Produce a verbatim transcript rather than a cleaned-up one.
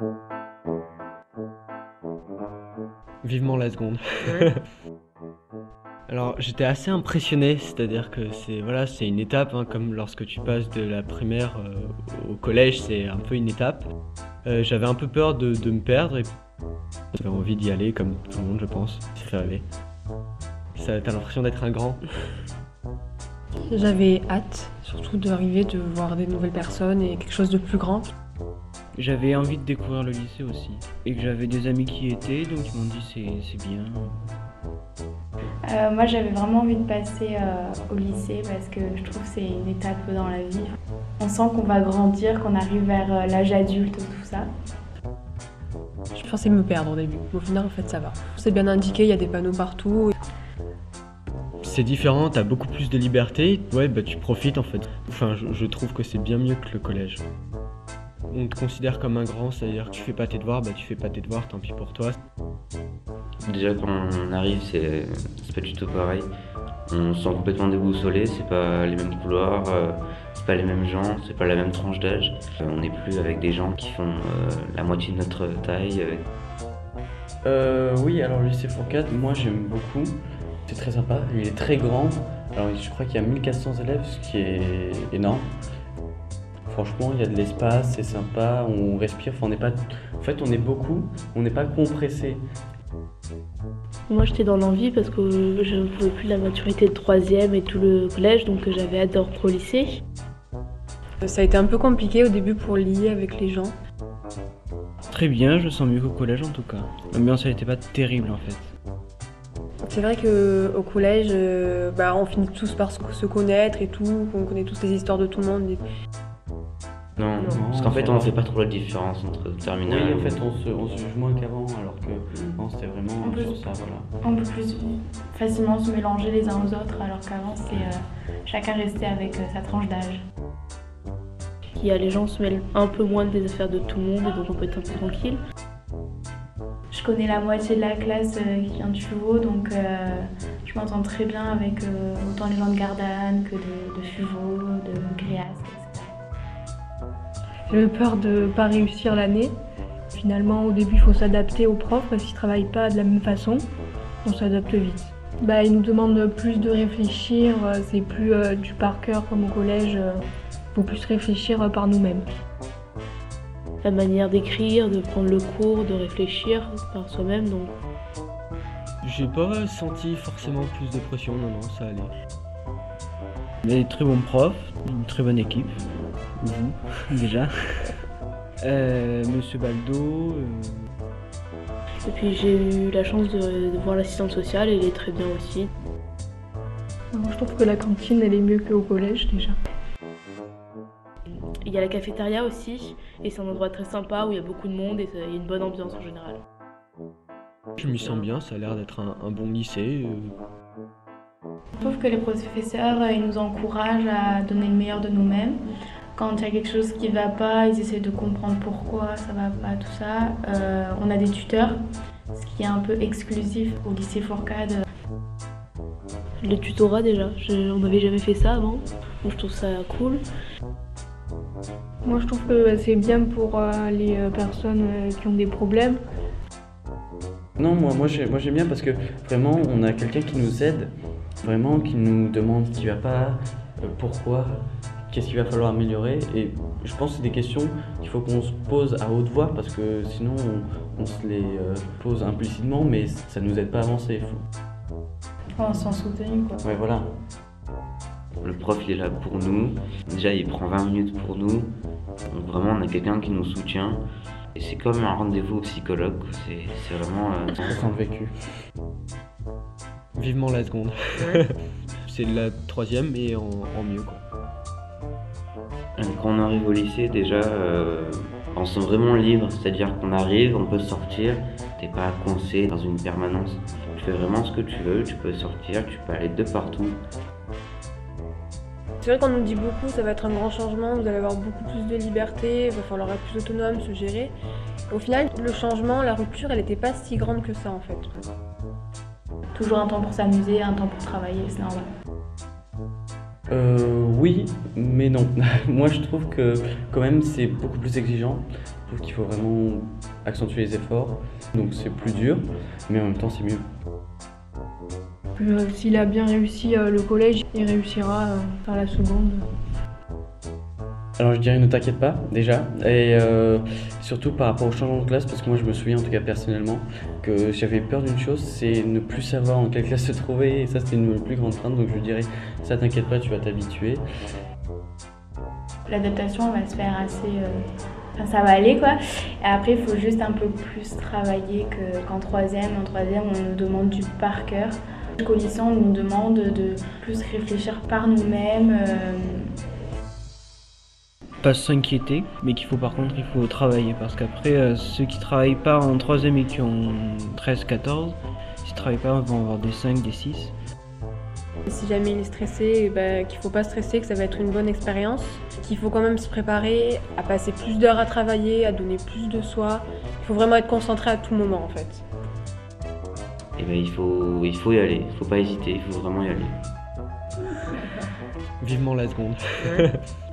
Vivement la seconde. Ouais. Alors j'étais assez impressionné, c'est-à-dire que c'est voilà, c'est une étape, hein, comme lorsque tu passes de la primaire euh, au collège, c'est un peu une étape. Euh, j'avais un peu peur de, de me perdre et j'avais envie d'y aller comme tout le monde, je pense. C'est fait rêver. Ça, t'as l'impression d'être un grand. J'avais hâte, surtout d'arriver, de voir des nouvelles personnes et quelque chose de plus grand. J'avais envie de découvrir le lycée aussi. Et que j'avais des amis qui y étaient, donc ils m'ont dit c'est, c'est bien. Euh, moi j'avais vraiment envie de passer euh, au lycée parce que je trouve que c'est une étape dans la vie. On sent qu'on va grandir, qu'on arrive vers euh, l'âge adulte, tout ça. Je pensais me perdre au début, au final en fait ça va. C'est bien indiqué, il y a des panneaux partout. C'est différent, t'as beaucoup plus de liberté, ouais bah tu profites en fait. Enfin je, je trouve que c'est bien mieux que le collège. On te considère comme un grand, c'est-à-dire que tu fais pas tes devoirs, bah tu fais pas tes devoirs, tant pis pour toi. Déjà quand on arrive, c'est, c'est pas du tout pareil. On se sent complètement déboussolé, c'est pas les mêmes couloirs, euh, c'est pas les mêmes gens, c'est pas la même tranche d'âge. Euh, on n'est plus avec des gens qui font euh, la moitié de notre taille. Euh. Euh, oui, alors le lycée Fourcade, moi j'aime beaucoup. C'est très sympa, il est très grand. Alors je crois qu'il y a mille quatre cents élèves, ce qui est énorme. Franchement, il y a de l'espace, c'est sympa, on respire, enfin, on n'est pas... En fait, on est beaucoup, on n'est pas compressé. Moi j'étais dans l'envie parce que je ne pouvais plus de la maturité de troisième et tout le collège, donc j'avais hâte de rentrer au lycée. Ça a été un peu compliqué au début pour lier avec les gens. Très bien, je sens mieux qu'au collège en tout cas. L'ambiance elle était pas terrible en fait. C'est vrai qu'au collège, euh, bah, on finit tous par se connaître et tout, on connaît tous les histoires de tout le monde. Et... Non, Non, parce qu'en fait on fait pas trop la différence entre terminale Oui, en et- fait, on se, on se juge moins qu'avant, alors que non, c'était vraiment On peut- sur ça, voilà. On peut plus facilement se mélanger les uns aux autres alors qu'avant c'est euh, chacun restait avec euh, sa tranche d'âge. Il y a les gens se mêlent un peu moins des affaires de tout le monde et donc on peut être un peu tranquille. Je connais la moitié de la classe euh, qui vient de Fuveau, donc euh, je m'entends très bien avec euh, autant les gens de Gardanne que de, de Fuveau, de Grias, et cetera. J'avais peur de ne pas réussir l'année. Finalement, au début, il faut s'adapter aux profs parce qu'ils ne travaillent pas de la même façon. On s'adapte vite. Bah, ils nous demandent plus de réfléchir, c'est plus euh, du par cœur comme au collège. Il faut plus réfléchir euh, par nous-mêmes. La manière d'écrire, de prendre le cours, de réfléchir par soi-même, donc J'ai pas senti forcément plus de pression, non non, ça allait. Il y a des très bons profs, une très bonne équipe. Vous, déjà. Euh, Monsieur Baldo. euh, et puis j'ai eu la chance de, de voir l'assistante sociale et elle est très bien aussi. Alors, je trouve que la cantine, elle est mieux qu'au collège déjà. Il y a la cafétéria aussi et c'est un endroit très sympa où il y a beaucoup de monde et il y a une bonne ambiance en général. Je m'y sens bien, ça a l'air d'être un, un bon lycée. euh. Je trouve que les professeurs euh, ils nous encouragent à donner le meilleur de nous-mêmes. Quand il y a quelque chose qui ne va pas, ils essaient de comprendre pourquoi ça ne va pas, tout ça. Euh, on a des tuteurs, ce qui est un peu exclusif au lycée Fourcade. Le tutorat déjà, je, on n'avait jamais fait ça avant, donc je trouve ça cool. Moi, je trouve que c'est bien pour euh, les euh, personnes euh, qui ont des problèmes. Non, moi, moi, j'ai- moi j'aime bien parce que vraiment, on a quelqu'un qui nous aide, vraiment, qui nous demande ce qui va pas, euh, pourquoi, qu'est-ce qu'il va falloir améliorer. Et je pense que c'est des questions qu'il faut qu'on se pose à haute voix parce que sinon, on, on se les euh, pose implicitement, mais ça nous aide pas à avancer. Faut- On se sent soutenu, quoi. Ouais, voilà. Le prof il est là pour nous, déjà il prend vingt minutes pour nous, donc vraiment on a quelqu'un qui nous soutient. Et c'est comme un rendez-vous au psychologue, quoi. c'est, c'est vraiment... euh, On sent le vécu. Vivement la seconde. Ouais. C'est la troisième et en, en mieux quoi. Quand on arrive au lycée, déjà, euh, on se sent vraiment libre, c'est-à-dire qu'on arrive, on peut sortir, t'es pas coincé dans une permanence. Tu fais vraiment ce que tu veux, tu peux sortir, tu peux aller de partout. C'est vrai qu'on nous dit beaucoup, ça va être un grand changement, vous allez avoir beaucoup plus de liberté, il va falloir être plus autonome, se gérer. Au final, le changement, la rupture, elle n'était pas si grande que ça en fait. Toujours un temps pour s'amuser, un temps pour travailler, c'est normal. Euh, oui, mais non. Moi, je trouve que quand même, c'est beaucoup plus exigeant. Je trouve qu'il faut vraiment accentuer les efforts. Donc, c'est plus dur, mais en même temps, c'est mieux. Euh, S'il a bien réussi euh, le collège, il réussira euh, par la seconde. Alors, je dirais ne t'inquiète pas, déjà. Et euh, surtout par rapport au changement de classe, parce que moi, je me souviens, en tout cas personnellement, que j'avais peur d'une chose, c'est ne plus savoir en quelle classe se trouver. Et ça, c'était une plus grande crainte. Donc, je dirais, ça t'inquiète pas, tu vas t'habituer. L'adaptation va se faire assez... euh, Enfin, ça va aller quoi. Et après, il faut juste un peu plus travailler que- qu'en troisième. En troisième, on nous demande du par cœur. Qu'au lycée, on nous demande de plus réfléchir par nous-mêmes. euh, Pas s'inquiéter, mais qu'il faut par contre il faut travailler parce qu'après euh, ceux qui travaillent pas en troisième et qui ont treize quatorze, s'ils travaillent pas vont avoir des cinq, des six. Et si jamais il est stressé, bah, qu'il faut pas stresser, que ça va être une bonne expérience, qu'il faut quand même se préparer à passer plus d'heures à travailler, à donner plus de soi. Il faut vraiment être concentré à tout moment en fait. Et ben il faut, il faut y aller, il faut pas hésiter, il faut vraiment y aller. Vivement la seconde.